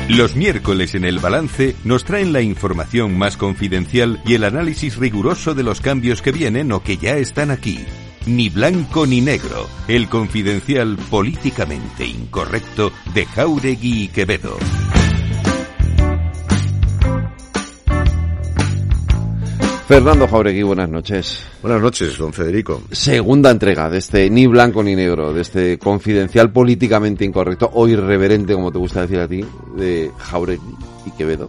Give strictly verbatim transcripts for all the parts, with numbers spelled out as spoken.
Los miércoles en El Balance nos traen la información más confidencial y el análisis riguroso de los cambios que vienen o que ya están aquí. Ni blanco ni negro, el confidencial políticamente incorrecto de Jáuregui y Quevedo. Fernando Jáuregui, buenas noches. Buenas noches, don Federico. Segunda entrega de este Ni blanco ni negro, de este confidencial políticamente incorrecto o irreverente, como te gusta decir a ti, de Jáuregui y Quevedo.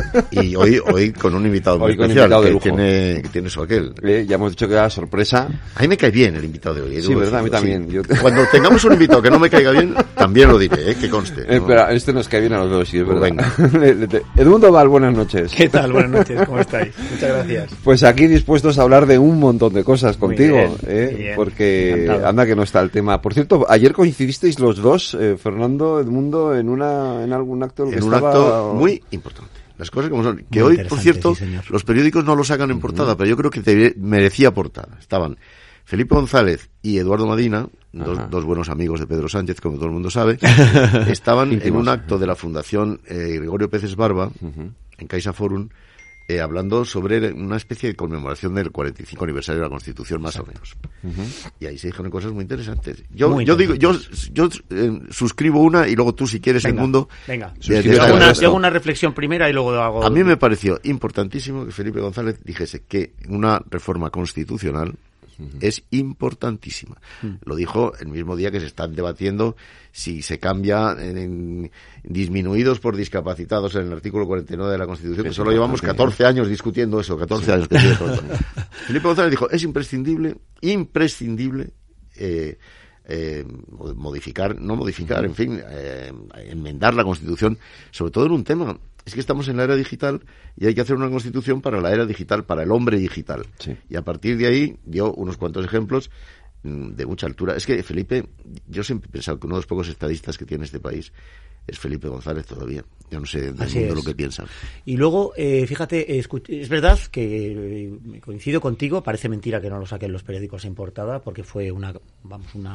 Y hoy hoy con un invitado muy hoy con especial, invitado de que, lujo. tiene, que tiene su aquel. Eh, ya hemos dicho que era sorpresa. A mí me cae bien el invitado de hoy. Sí, verdad, a mí también. Sí. Yo... Cuando tengamos un invitado que no me caiga bien, también lo diré, ¿eh? Que conste. Eh, ¿no? pero este nos cae bien a los dos, sí, es Pues verdad. Edmundo Val, buenas noches. ¿Qué tal? Buenas noches, ¿cómo estáis? Muchas gracias. Pues aquí dispuestos a hablar de un montón de cosas Muy contigo, bien, ¿eh? muy bien. Porque Encantado. anda que no está el tema. Por cierto, ayer coincidisteis los dos, eh, Fernando, Edmundo, en una en algún acto que En un estaba... acto muy importante. Las cosas como son. Que Muy hoy, por interesante, cierto, sí, señor. los periódicos no lo sacan en portada, uh-huh. pero yo creo que te merecía portada. Estaban Felipe González y Eduardo Madina, dos, dos buenos amigos de Pedro Sánchez, como todo el mundo sabe, estaban en un acto de la Fundación eh, Gregorio Peces Barba, uh-huh. en Caixa Forum, eh, hablando sobre una especie de conmemoración del cuarenta y cinco aniversario de la Constitución, más Exacto. o menos. Uh-huh. Y ahí se dijeron cosas muy interesantes. Yo, muy yo interesantes. digo, yo, yo eh, suscribo una y luego tú, si quieres, venga, el mundo. Venga, de, de yo, hago una, yo hago una reflexión primera y luego hago. A mí me pareció importantísimo que Felipe González dijese que una reforma constitucional uh-huh. es importantísima. Uh-huh. Lo dijo el mismo día que se están debatiendo si se cambia en, en disminuidos por discapacitados en el artículo cuarenta y nueve de la Constitución, que solo llevamos catorce años discutiendo eso, catorce sí. años que tiene todo. Felipe González dijo, es imprescindible, imprescindible eh, eh, modificar, no modificar, en fin, eh, enmendar la Constitución, sobre todo en un tema. Es que estamos en la era digital y hay que hacer una Constitución para la era digital, para el hombre digital. Sí. Y a partir de ahí dio unos cuantos ejemplos de mucha altura. Es que Felipe, yo siempre he pensado que uno de los pocos estadistas que tiene este país es Felipe González todavía. Yo no sé del Así mundo es. lo que piensan. Y luego, eh, fíjate, es, es verdad que eh, coincido contigo, parece mentira que no lo saquen los periódicos en portada, porque fue una, vamos, una...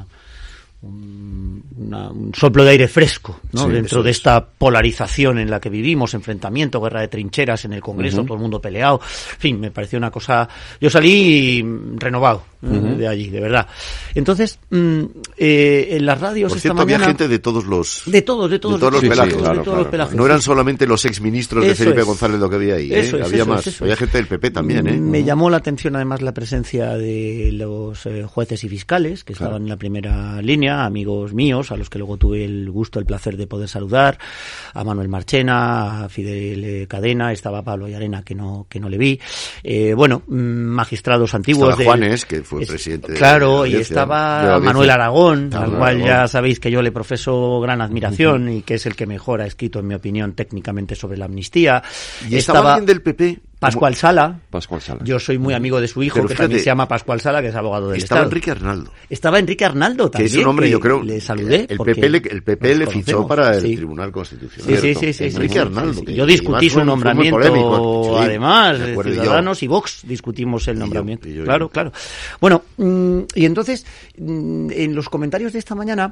Un, una, un soplo de aire fresco, ¿no? Sí, dentro de esta polarización en la que vivimos, enfrentamiento, guerra de trincheras en el Congreso, uh-huh. todo el mundo peleado, en fin, me pareció una cosa, yo salí renovado uh-huh. de allí, de verdad. Entonces, mmm, eh, en las radios Por esta cierto, mañana... había gente de todos los... De todos, de todos, de todos los sí, pelajes. Sí, claro, de todos claro, los pelajes. No eran solamente los exministros de eso Felipe es. González lo que había ahí, ¿eh? Eso es, había eso más, es, había es. gente del P P también, ¿eh? Me uh-huh. llamó la atención además la presencia de los eh, jueces y fiscales, que estaban claro. en la primera línea, amigos míos, a los que luego tuve el gusto, el placer de poder saludar, a Manuel Marchena, a Fidel Cadena, estaba Pablo Llarena, que no que no le vi, eh, bueno, magistrados antiguos. Estaba de, Juanes, que fue presidente es, Claro, de la y estaba Manuel Aragón, al cual Aragón. ya sabéis que yo le profeso gran admiración uh-huh. y que es el que mejor ha escrito, en mi opinión, técnicamente sobre la amnistía. ¿Y estaba, estaba alguien del P P? Pascual Sala. Pascual Sala. Yo soy muy amigo de su hijo, Pero que fíjate, también se llama Pascual Sala, que es abogado del estaba Estado. Enrique Arnaldo. Estaba Enrique Arnaldo también. Que es un hombre, yo creo, le saludé. El P P le, el P P le fichó para el sí. Tribunal Constitucional. Sí, sí, sí. sí Enrique sí, Arnaldo. Sí, sí. Que Yo discutí su nombramiento, polémico, sí, además, de Ciudadanos y, y Vox discutimos el nombramiento. Y yo, y yo, claro, yo. claro. Bueno, y entonces, en los comentarios de esta mañana,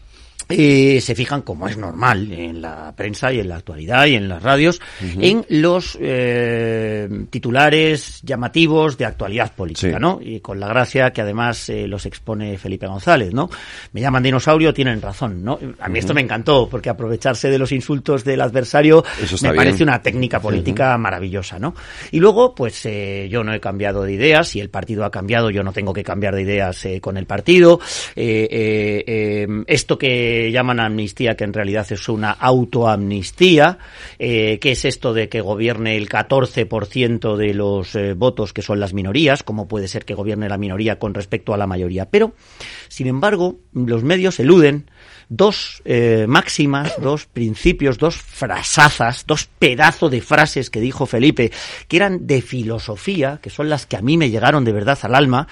Eh, se fijan, como es normal en la prensa y en la actualidad y en las radios, uh-huh. en los eh, titulares llamativos de actualidad política, sí. ¿no? Y con la gracia que además eh, los expone Felipe González, ¿no? Me llaman dinosaurio, tienen razón, ¿no? A mí uh-huh. esto me encantó, porque aprovecharse de los insultos del adversario me parece bien. Una técnica política uh-huh. maravillosa, ¿no? Y luego, pues eh, yo no he cambiado de ideas, si el partido ha cambiado, yo no tengo que cambiar de ideas eh, con el partido. Eh, eh, eh, esto que llaman amnistía, que en realidad es una autoamnistía, eh, ¿qué es esto de que gobierne el catorce por ciento de los eh, votos, que son las minorías? ¿Cómo puede ser que gobierne la minoría con respecto a la mayoría? Pero, sin embargo, los medios eluden dos eh, máximas, dos principios, dos frasazas, dos pedazos de frases que dijo Felipe, que eran de filosofía, que son las que a mí me llegaron de verdad al alma.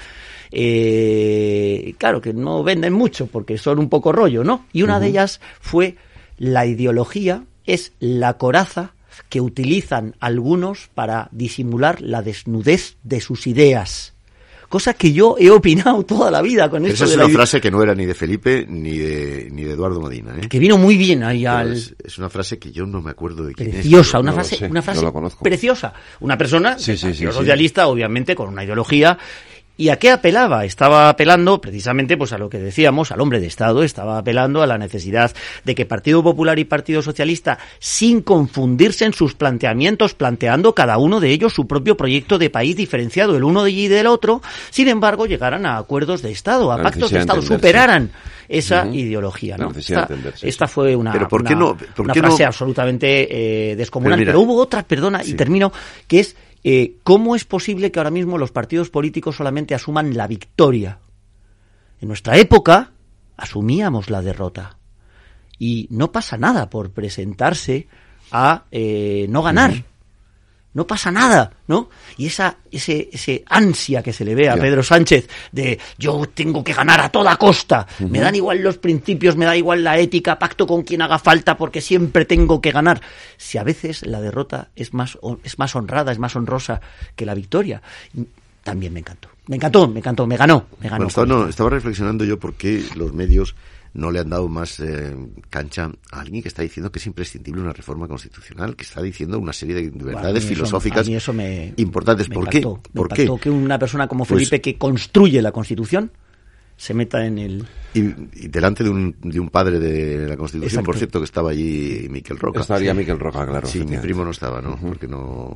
Eh, claro, que no venden mucho porque son un poco rollo, ¿no? Y una uh-huh. de ellas fue: la ideología es la coraza que utilizan algunos para disimular la desnudez de sus ideas. cosa que yo he opinado toda la vida con esto. Esa es de una la... frase que no era ni de Felipe ni de ni de Eduardo Modina, ¿eh? Que vino muy bien ahí al... Es, es una frase que yo no me acuerdo de quién preciosa, es. una no frase, sé, una frase no la conozco. preciosa. Una persona sí, sí, sí, socialista, sí. obviamente, con una ideología. ¿Y a qué apelaba? Estaba apelando precisamente pues a lo que decíamos, al hombre de Estado, estaba apelando a la necesidad de que Partido Popular y Partido Socialista, sin confundirse en sus planteamientos, planteando cada uno de ellos su propio proyecto de país diferenciado el uno de y del otro, sin embargo llegaran a acuerdos de Estado, a la pactos de Estado, entenderse. superaran esa uh-huh. ideología, ¿no? Esta, esta fue una, pero ¿por qué una, no, por una qué frase no? absolutamente eh, descomunal, pero, pero hubo otra, perdona, sí. y termino, que es Eh, ¿cómo es posible que ahora mismo los partidos políticos solamente asuman la victoria? En nuestra época asumíamos la derrota y no pasa nada por presentarse a eh, no ganar. Uh-huh. No pasa nada, ¿no? Y esa ese ese ansia que se le ve a yeah. Pedro Sánchez de yo tengo que ganar a toda costa, uh-huh. me dan igual los principios, me da igual la ética, pacto con quien haga falta porque siempre tengo que ganar. Si a veces la derrota es más es más honrada, es más honrosa que la victoria. También me encantó. Me encantó, me encantó, me ganó, me ganó. Bueno, estaba, no, estaba reflexionando yo por qué los medios no le han dado más eh, cancha a alguien que está diciendo que es imprescindible una reforma constitucional, que está diciendo una serie de verdades bueno, filosóficas eso, me, importantes. Me ¿Por impactó, qué? Me ¿Por impactó qué? que una persona como pues, Felipe, que construye la Constitución, se meta en el... Y, y delante de un, de un padre de la Constitución, Exacto. por cierto, que estaba allí Miquel Roca. Estaría sí. Miquel Roca, claro. Sí, mi primo no estaba, ¿no? Uh-huh. Porque no...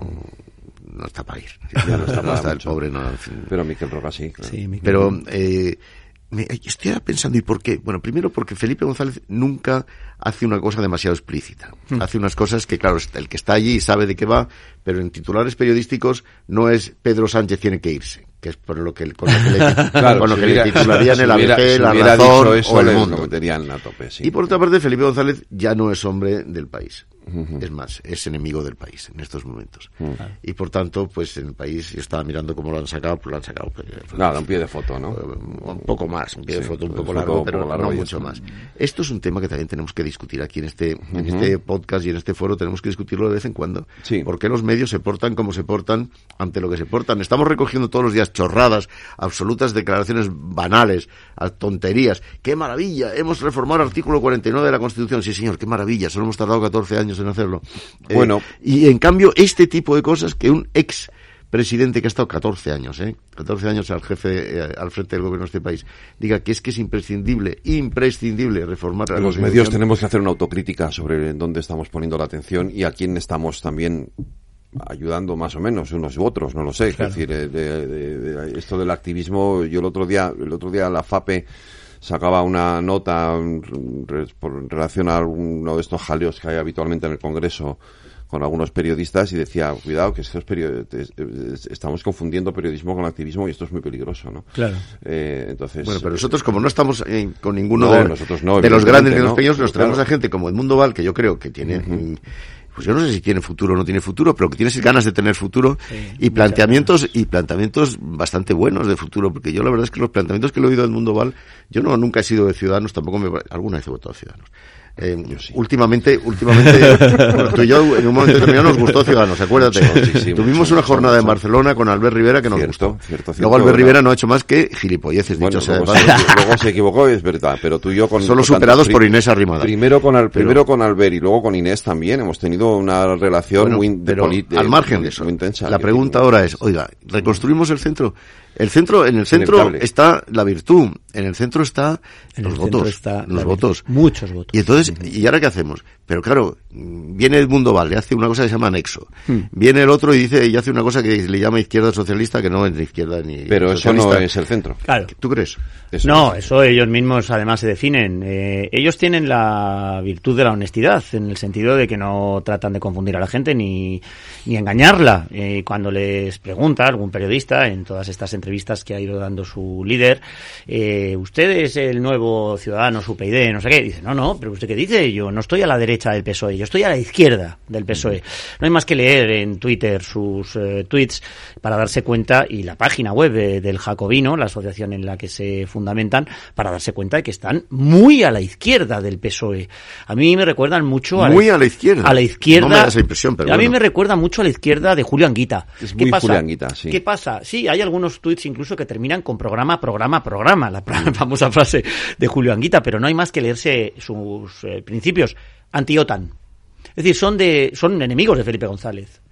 no está para ir. Ya no está, no está el pobre. No, en fin. Pero Miquel Roca sí. Claro. sí Miquel. Pero... Eh, Me, estoy pensando, ¿y por qué? Bueno, primero porque Felipe González nunca hace una cosa demasiado explícita. Mm. Hace unas cosas que, claro, el que está allí sabe de qué va, pero en titulares periodísticos no es Pedro Sánchez tiene que irse, que es por lo que, con lo que le, claro, con lo si que hubiera, le titularían si el A B C, si La Razón eso, o El Mundo. Lo meterían a tope, sí. Y por otra parte, Felipe González ya no es hombre del país. Uh-huh. Es más, es enemigo del país en estos momentos. Uh-huh. Y por tanto, pues en el país, yo estaba mirando cómo lo han sacado, pues lo han sacado. Pues, Nada, un pie de foto, ¿no? Un poco más, un pie de sí, foto un poco foto largo, pero largo no mucho esto. más. Esto es un tema que también tenemos que discutir aquí en este, uh-huh. en este podcast y en este foro, tenemos que discutirlo de vez en cuando. Sí. ¿Por qué los medios se portan como se portan ante lo que se portan? Estamos recogiendo todos los días chorradas, absolutas declaraciones banales, tonterías. ¡Qué maravilla! Hemos reformado el artículo cuarenta y nueve de la Constitución. Sí, señor, qué maravilla. Solo hemos tardado catorce años en hacerlo. Bueno. Eh, y en cambio, este tipo de cosas que un ex presidente que ha estado catorce años, ¿eh? catorce años al jefe, eh, al frente del gobierno de este país, diga que es que es imprescindible, imprescindible reformar la Los medios tenemos que hacer una autocrítica sobre en dónde estamos poniendo la atención y a quién estamos también ayudando más o menos unos u otros, no lo sé. Claro. Es decir, de, de, de, de, esto del activismo, yo el otro día, el otro día la FAPE sacaba una nota en relación a uno de estos jaleos que hay habitualmente en el Congreso con algunos periodistas y decía, cuidado, que estos periodistas, estamos confundiendo periodismo con activismo y esto es muy peligroso, ¿no? Claro. Eh, entonces... Bueno, pero nosotros, como no estamos eh, con ninguno no, de, nosotros no, de los grandes ni de los no, pequeños, nos claro. tenemos a gente como Edmundo Val, que yo creo que tiene... Uh-huh. Pues yo no sé si tiene futuro o no tiene futuro, pero que tiene ganas de tener futuro sí, y planteamientos y planteamientos bastante buenos de futuro, porque yo la verdad es que los planteamientos que le he oído a Edmundo Val, yo no nunca he sido de Ciudadanos, tampoco me alguna vez he votado a Ciudadanos. Eh, sí. Últimamente, últimamente, bueno, tú y yo en un momento determinado nos gustó Ciudadanos, acuérdate. Sí, sí, Tuvimos mucho, una jornada mucho. en Barcelona con Albert Rivera que nos cierto, gustó. Cierto, cierto, luego Albert ¿verdad? Rivera no ha hecho más que gilipolleces, bueno, dicho sea luego, de se, luego se equivocó, es verdad, pero tú y yo con... Solo con superados tanto, por Inés Arrimada. Primero con, al, primero pero, con Albert y luego con Inés también, hemos tenido una relación bueno, muy... De pero polit, de, al margen muy, de eso, muy intensa. la pregunta ahora es, oiga, ¿reconstruimos el centro? El centro, en el centro Inevitable. está la virtud, en el centro está en los el votos, está los votos. Muchos votos. Y entonces, ¿y ahora qué hacemos? Pero claro, viene Edmundo Val, le hace una cosa que se llama anexo. Hmm. Viene el otro y dice, y hace una cosa que le llama izquierda socialista, que no es ni izquierda ni Pero socialista. eso no es el centro. Claro. ¿Tú crees? Eso no, es. eso ellos mismos además se definen. Eh, ellos tienen la virtud de la honestidad, en el sentido de que no tratan de confundir a la gente ni, ni engañarla. Eh, cuando les pregunta algún periodista en todas estas entrevistas que ha ido dando su líder, eh, usted es el nuevo Ciudadanos U P y D, no sé qué, dice, no, no, pero usted qué dice, yo no estoy a la derecha derecha del P S O E, yo estoy a la izquierda del P S O E. No hay más que leer en Twitter sus eh, tweets para darse cuenta, y la página web de, del Jacobino, la asociación en la que se fundamentan, para darse cuenta de que están muy a la izquierda del P S O E. A mí me recuerdan mucho a muy la, a la izquierda. A la izquierda. No me da esa impresión, pero a bueno. mí me recuerda mucho a la izquierda de Julio Anguita. Es ¿Qué muy pasa? Julio Anguita, sí. ¿Qué pasa? Sí, hay algunos tweets incluso que terminan con programa, programa, programa, la famosa frase de Julio Anguita, pero no hay más que leerse sus eh, principios anti-OTAN. Es decir, son de son enemigos de Felipe González.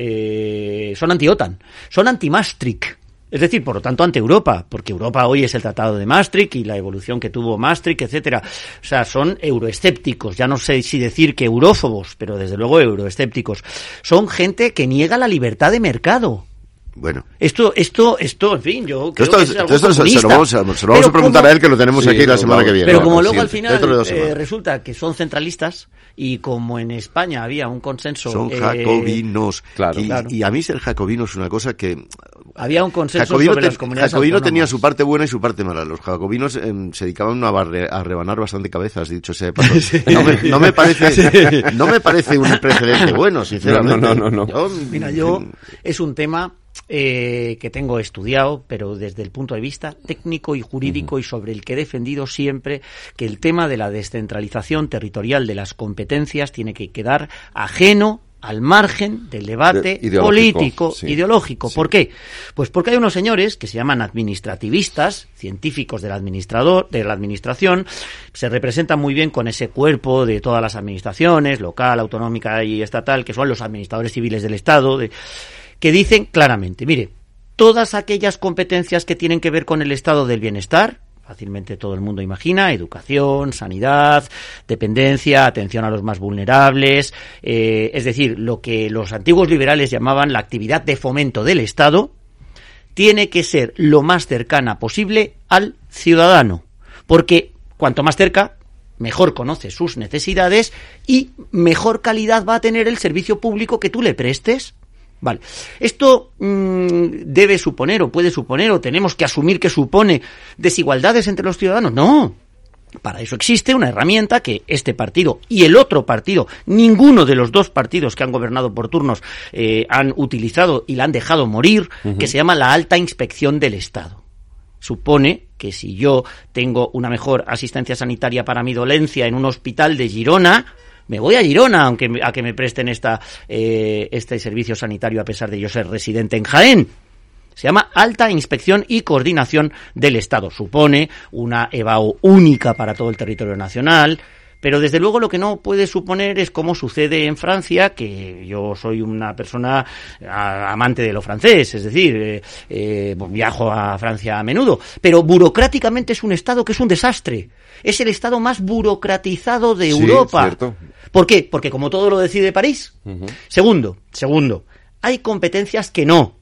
Eh, son anti-OTAN, son anti-Maastricht. Es decir, por lo tanto, ante Europa, porque Europa hoy es el Tratado de Maastricht y la evolución que tuvo Maastricht, etcétera. O sea, son euroescépticos, ya no sé si decir que eurófobos, pero desde luego euroescépticos. Son gente que niega la libertad de mercado. Bueno. Esto, esto, esto, en fin, yo creo esto, que es algo esto se, se lo vamos a, se lo vamos a preguntar como, a él, que lo tenemos sí, aquí la semana vamos, que viene. Pero como no, luego al siguiente, final eh, resulta que son centralistas, y como en España había un consenso... Son eh, jacobinos. Claro, y, claro. y a mí ser jacobino es una cosa que... Había un consenso Jacobino sobre te, las comunidades Jacobino autónomas. tenía su parte buena y su parte mala. Los jacobinos eh, se dedicaban a, barre, a rebanar bastante cabezas, dicho sea de paso. Sí. No, me, no, me parece, sí. no me parece un precedente bueno, sinceramente. No, no, no. no, no. Yo, Mira, yo... Es un tema... Eh, que tengo estudiado, pero desde el punto de vista técnico y jurídico, uh-huh. y sobre el que he defendido siempre que el tema de la descentralización territorial de las competencias tiene que quedar ajeno al margen del debate de, ideológico, político, sí. ideológico. Sí. ¿Por qué? Pues porque hay unos señores que se llaman administrativistas, científicos del administrador, de la administración, se representan muy bien con ese cuerpo de todas las administraciones, local, autonómica y estatal, que son los administradores civiles del Estado, de, que dicen claramente, mire, todas aquellas competencias que tienen que ver con el estado del bienestar, fácilmente todo el mundo imagina, educación, sanidad, dependencia, atención a los más vulnerables, eh, es decir, lo que los antiguos liberales llamaban la actividad de fomento del Estado, tiene que ser lo más cercana posible al ciudadano, porque cuanto más cerca, mejor conoce sus necesidades y mejor calidad va a tener el servicio público que tú le prestes. Vale, esto mmm, debe suponer o puede suponer o tenemos que asumir que supone desigualdades entre los ciudadanos. No, para eso existe una herramienta que este partido y el otro partido, ninguno de los dos partidos que han gobernado por turnos eh, han utilizado y la han dejado morir, uh-huh. que se llama la alta inspección del Estado. Supone que si yo tengo una mejor asistencia sanitaria para mi dolencia en un hospital de Girona, me voy a Girona, aunque a que me presten esta eh, este servicio sanitario a pesar de yo ser residente en Jaén. Se llama Alta Inspección y Coordinación del Estado. Supone una EBAU única para todo el territorio nacional, pero desde luego lo que no puede suponer es como sucede en Francia, que yo soy una persona amante de lo francés, es decir, eh, eh, viajo a Francia a menudo, pero burocráticamente es un Estado que es un desastre. Es el Estado más burocratizado de sí, Europa. Cierto. ¿Por qué? Porque como todo lo decide París. Uh-huh. Segundo, segundo, hay competencias que no.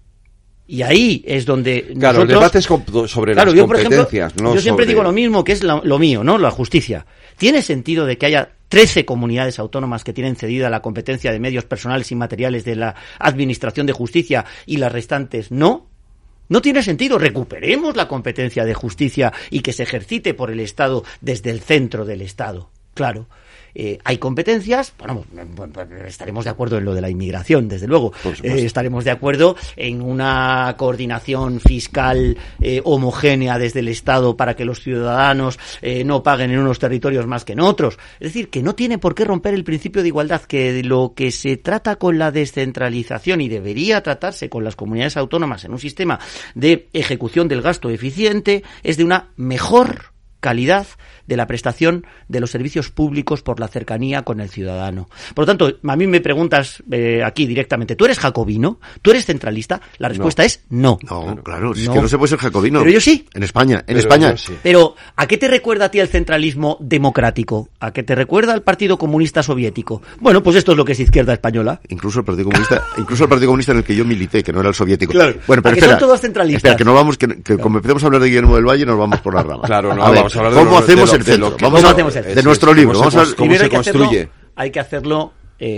Y ahí es donde claro, nosotros... el debate es sobre claro, las yo, por competencias. Ejemplo, no yo siempre sobre... digo lo mismo, que es lo, lo mío, ¿no? La justicia. ¿Tiene sentido de que haya trece comunidades autónomas que tienen cedida la competencia de medios personales y materiales de la administración de justicia y las restantes no? No tiene sentido. Recuperemos la competencia de justicia y que se ejercite por el Estado desde el centro del Estado. Claro. Eh, hay competencias, bueno, estaremos de acuerdo en lo de la inmigración, desde luego, eh, estaremos de acuerdo en una coordinación fiscal eh, homogénea desde el Estado para que los ciudadanos eh, no paguen en unos territorios más que en otros. Es decir, que no tiene por qué romper el principio de igualdad, que de lo que se trata con la descentralización y debería tratarse con las comunidades autónomas en un sistema de ejecución del gasto eficiente es de una mejor calidad de la prestación de los servicios públicos por la cercanía con el ciudadano. Por lo tanto, a mí me preguntas eh, aquí directamente, ¿tú eres jacobino? ¿Tú eres centralista? La respuesta no. es no. No, claro, es no. que no se puede ser jacobino. Pero yo sí. En España, en Pero España. Sí. Pero, ¿a qué te recuerda a ti el centralismo democrático? ¿A qué te recuerda al Partido Comunista Soviético? Bueno, pues esto es lo que es izquierda española. Incluso el Partido Comunista, incluso el Partido Comunista en el que yo milité, que no era el soviético. Claro. Bueno, pero ¿A que espera, son todos centralistas? Espera, que no vamos, que, que claro. como empecemos a hablar de Guillermo del Valle, nos vamos por las ramas. Claro, no, a ver, vamos a hablar de ¿cómo lo, hacemos de lo, el centro? De, lo que, vamos ¿cómo a, hacemos el, de nuestro libro. ¿Cómo vamos se, a, cómo se hay que construye? Hacerlo, hay que hacerlo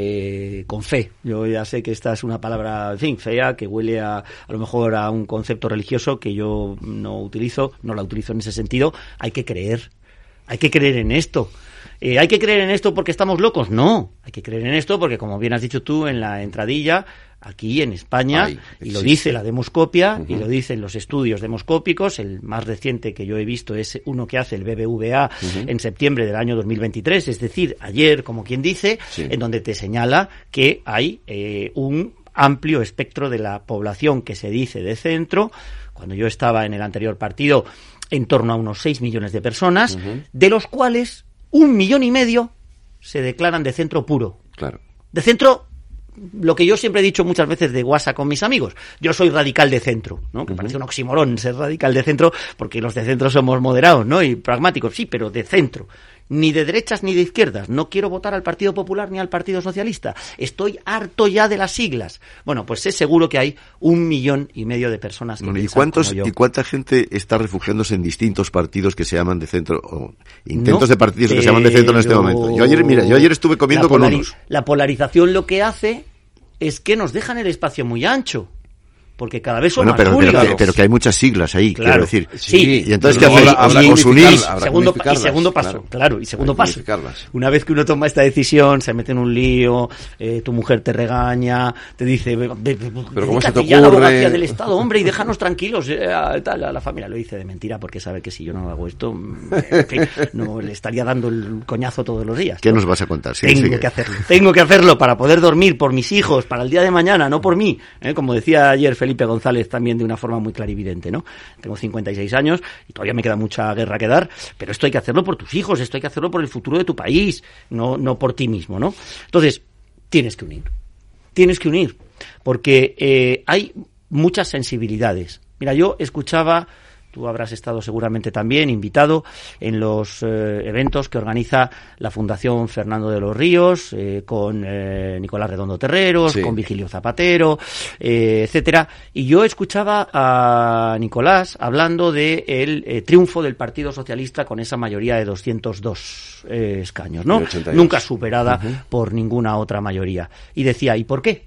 eh, con fe. Yo ya sé que esta es una palabra, en fin, fea, que huele a, a lo mejor a un concepto religioso que yo no utilizo, no la utilizo en ese sentido. Hay que creer. hay que creer en esto. Eh, ¿Hay que creer en esto porque estamos locos? No, hay que creer en esto porque, como bien has dicho tú en la entradilla, aquí en España, Ay, y lo dice la demoscopia, uh-huh. y lo dicen los estudios demoscópicos, el más reciente que yo he visto es uno que hace el B B V A uh-huh. en septiembre del año dos mil veintitrés, es decir, ayer, como quien dice, sí. en donde te señala que hay eh, un amplio espectro de la población que se dice de centro. Cuando yo estaba en el anterior partido, en torno a unos seis millones de personas, uh-huh. de los cuales un millón y medio se declaran de centro puro. Claro. De centro, lo que yo siempre he dicho muchas veces de guasa con mis amigos. Yo soy radical de centro, ¿no? Que uh-huh. parece un oxímoron ser radical de centro, porque los de centro somos moderados, ¿no? Y pragmáticos, sí, pero de centro. Ni de derechas ni de izquierdas. No quiero votar al Partido Popular ni al Partido Socialista. Estoy harto ya de las siglas. Bueno, pues es seguro que hay un millón y medio de personas que bueno, piensan ¿y cuántos como yo. ¿Y cuánta gente está refugiándose en distintos partidos que se llaman de centro, o intentos no, de partidos que se llaman de centro en este momento? Yo ayer, mira, yo ayer estuve comiendo polari- con unos. La polarización lo que hace es que nos dejan el espacio muy ancho. Porque cada vez son bueno, más pero, húliganos. pero, pero que hay muchas siglas ahí, claro, quiero decir. Sí. Y entonces, ¿qué hacéis? ¿Os unís? Segundo, y segundo paso, claro, claro y segundo paso. Una vez que uno toma esta decisión, se mete en un lío, eh, tu mujer te regaña, te dice, pero ¿cómo se te ocurre? Ya la abogacía del Estado, hombre, y déjanos tranquilos. Eh, tal, a la familia lo dice de mentira, porque sabe que si yo no hago esto, en fin, no le estaría dando el coñazo todos los días. ¿Qué ¿no? nos vas a contar? Sí, tengo sí que... que hacerlo, tengo que hacerlo para poder dormir por mis hijos, para el día de mañana, no por mí. Eh, como decía ayer Felipe González también, de una forma muy clarividente, ¿no? Tengo cincuenta y seis años y todavía me queda mucha guerra que dar, pero esto hay que hacerlo por tus hijos, esto hay que hacerlo por el futuro de tu país, no, no por ti mismo, ¿no? Entonces, tienes que unir, tienes que unir, porque eh, hay muchas sensibilidades. Mira, yo escuchaba, tú habrás estado seguramente también invitado en los eh, eventos que organiza la Fundación Fernando de los Ríos, eh, con eh, Nicolás Redondo Terreros, sí. con Vigilio Zapatero, eh, etcétera. Y yo escuchaba a Nicolás hablando de el eh, triunfo del Partido Socialista con esa mayoría de doscientos dos eh, escaños, ¿no? Nunca superada uh-huh. por ninguna otra mayoría. Y decía, ¿y por qué?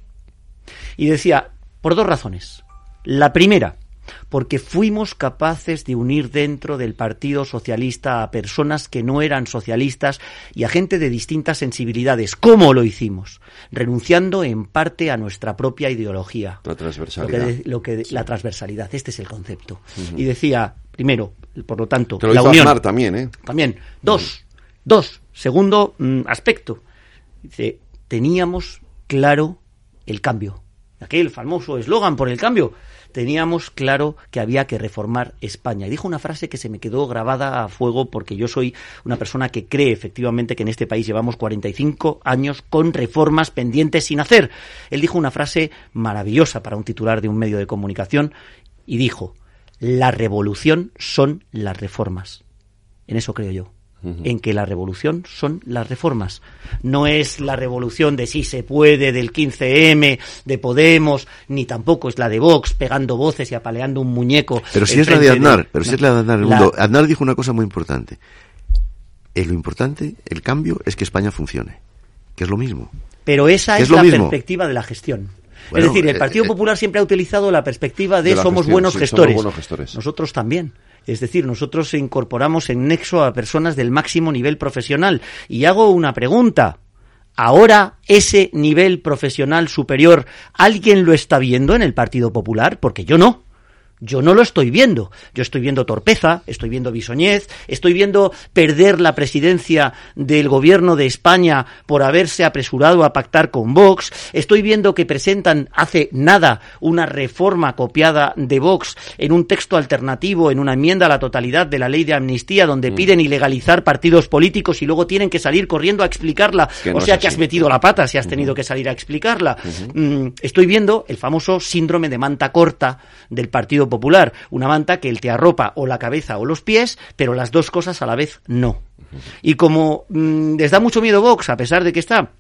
Y decía, por dos razones. La primera, porque fuimos capaces de unir dentro del Partido Socialista a personas que no eran socialistas y a gente de distintas sensibilidades. ¿Cómo lo hicimos? Renunciando en parte a nuestra propia ideología. La transversalidad. Lo que, lo que, sí. La transversalidad, este es el concepto. Uh-huh. Y decía, primero, por lo tanto, Te lo la hizo unión. Aznar también, ¿eh? También. Dos. Uh-huh. Dos. Segundo mm, aspecto. Dice, teníamos claro el cambio. Aquel famoso eslogan por el cambio. Teníamos claro que había que reformar España. Y dijo una frase que se me quedó grabada a fuego porque yo soy una persona que cree efectivamente que en este país llevamos cuarenta y cinco años con reformas pendientes sin hacer. Él dijo una frase maravillosa para un titular de un medio de comunicación y dijo, la revolución son las reformas. En eso creo yo. En que la revolución son las reformas. No es la revolución de si se puede, del quince eme, de Podemos, ni tampoco es la de Vox pegando voces y apaleando un muñeco. Pero si es la de Aznar, de... pero si no, es la de Aznar. El mundo. La... Aznar dijo una cosa muy importante. Es lo importante, el cambio, es que España funcione. Que es lo mismo. Pero esa es, es la mismo? perspectiva de la gestión. Bueno, es decir, el Partido eh, Popular siempre ha utilizado la perspectiva de, de somos, gestión, buenos sí, gestores. somos buenos gestores. Nosotros también. Es decir, nosotros incorporamos en nexo a personas del máximo nivel profesional. Y hago una pregunta. ¿Ahora ese nivel profesional superior alguien lo está viendo en el Partido Popular? Porque yo no. Yo no lo estoy viendo. Yo estoy viendo torpeza, estoy viendo bisoñez, estoy viendo perder la presidencia del gobierno de España por haberse apresurado a pactar con Vox, estoy viendo que presentan hace nada una reforma copiada de Vox en un texto alternativo, en una enmienda a la totalidad de la ley de amnistía donde mm. piden ilegalizar partidos políticos y luego tienen que salir corriendo a explicarla. Que no o sea que has metido la pata si has tenido uh-huh. que salir a explicarla. Uh-huh. Mm, estoy viendo el famoso síndrome de manta corta del Partido Popular, una manta que él te arropa o la cabeza o los pies, pero las dos cosas a la vez no. Y como mmm, les da mucho miedo Vox, a pesar de que está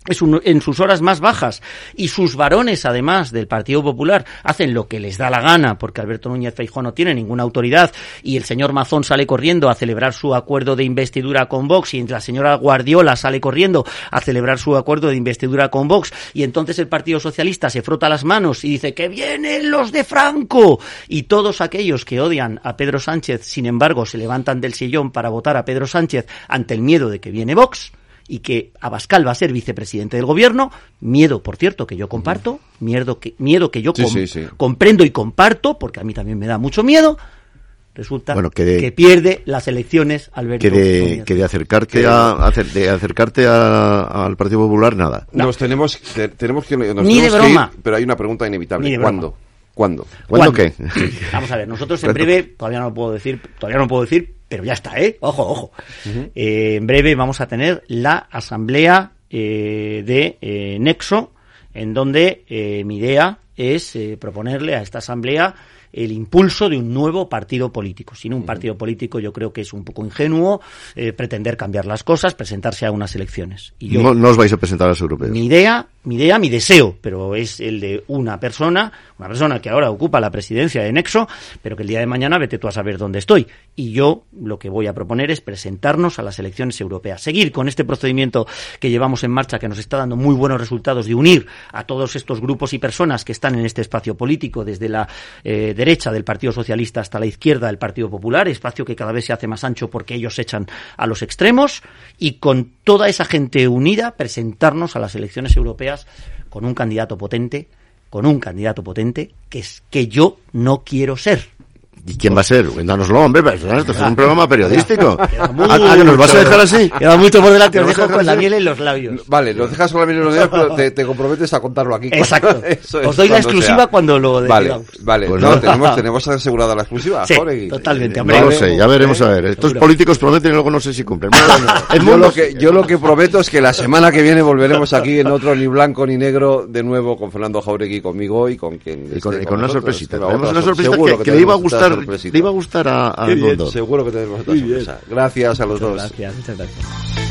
es un, en sus horas más bajas, y sus varones, además, del Partido Popular, hacen lo que les da la gana, porque Alberto Núñez Feijóo no tiene ninguna autoridad, y el señor Mazón sale corriendo a celebrar su acuerdo de investidura con Vox, y la señora Guardiola sale corriendo a celebrar su acuerdo de investidura con Vox, y entonces el Partido Socialista se frota las manos y dice ¡que vienen los de Franco! Y todos aquellos que odian a Pedro Sánchez, sin embargo, se levantan del sillón para votar a Pedro Sánchez ante el miedo de que viene Vox, y que Abascal va a ser vicepresidente del gobierno, miedo, por cierto, que yo comparto, miedo que, miedo que yo com- sí, sí, sí. comprendo y comparto, porque a mí también me da mucho miedo. Resulta bueno, que, de, que pierde las elecciones Alberto. Que de, que de acercarte que a, a de acercarte a, al Partido Popular, nada. No. Nos tenemos, te, tenemos que nos ni de broma. Ir, pero hay una pregunta inevitable. ¿Cuándo? ¿Cuándo? ¿Cuándo qué? Vamos a ver, nosotros en breve, todavía no lo puedo decir, todavía no lo puedo decir, pero ya está, ¿eh? Ojo, ojo. Uh-huh. Eh, en breve vamos a tener la asamblea eh, de eh, Nexo, en donde eh, mi idea es eh, proponerle a esta asamblea el impulso de un nuevo partido político. Sin un partido político yo creo que es un poco ingenuo eh, pretender cambiar las cosas, presentarse a unas elecciones. Y yo, no, no os vais a presentar a los europeos. Mi idea, mi idea, mi deseo, pero es el de una persona, una persona que ahora ocupa la presidencia de Nexo, pero que el día de mañana vete tú a saber dónde estoy. Y yo lo que voy a proponer es presentarnos a las elecciones europeas. Seguir con este procedimiento que llevamos en marcha, que nos está dando muy buenos resultados, de unir a todos estos grupos y personas que están en este espacio político, desde la eh, derecha del Partido Socialista hasta la izquierda del Partido Popular, espacio que cada vez se hace más ancho porque ellos echan a los extremos, y con toda esa gente unida presentarnos a las elecciones europeas con un candidato potente, con un candidato potente que es que yo no quiero ser. ¿Y quién va a ser? Cuéntanoslo, hombre, esto es un programa periodístico. ¿A, ¿A que nos vas a dejar así? Queda mucho por delante, os dejo con la miel en los labios. Vale, nos dejas con la miel en los labios, pero te, te comprometes a contarlo aquí. Exacto. Os doy la exclusiva sea. Cuando lo decidamos. Vale, vale. Pues no, no. Tenemos, tenemos asegurada la exclusiva. Sí, Jorge, totalmente. Eh, no lo sé, ya veremos a ver. Estos Seguro. Políticos prometen y luego no sé si cumplen. yo, lo que, yo lo que prometo es que la semana que viene volveremos aquí en otro Ni Blanco ni Negro, de nuevo con Fernando Jauregui, conmigo y con quien y con, y con una sorpresita. Tenemos una sorpresita que le iba a gustar, le iba a gustar a, a bien, seguro que tenemos otra sorpresa. Gracias a los muchas dos. Gracias, muchas gracias.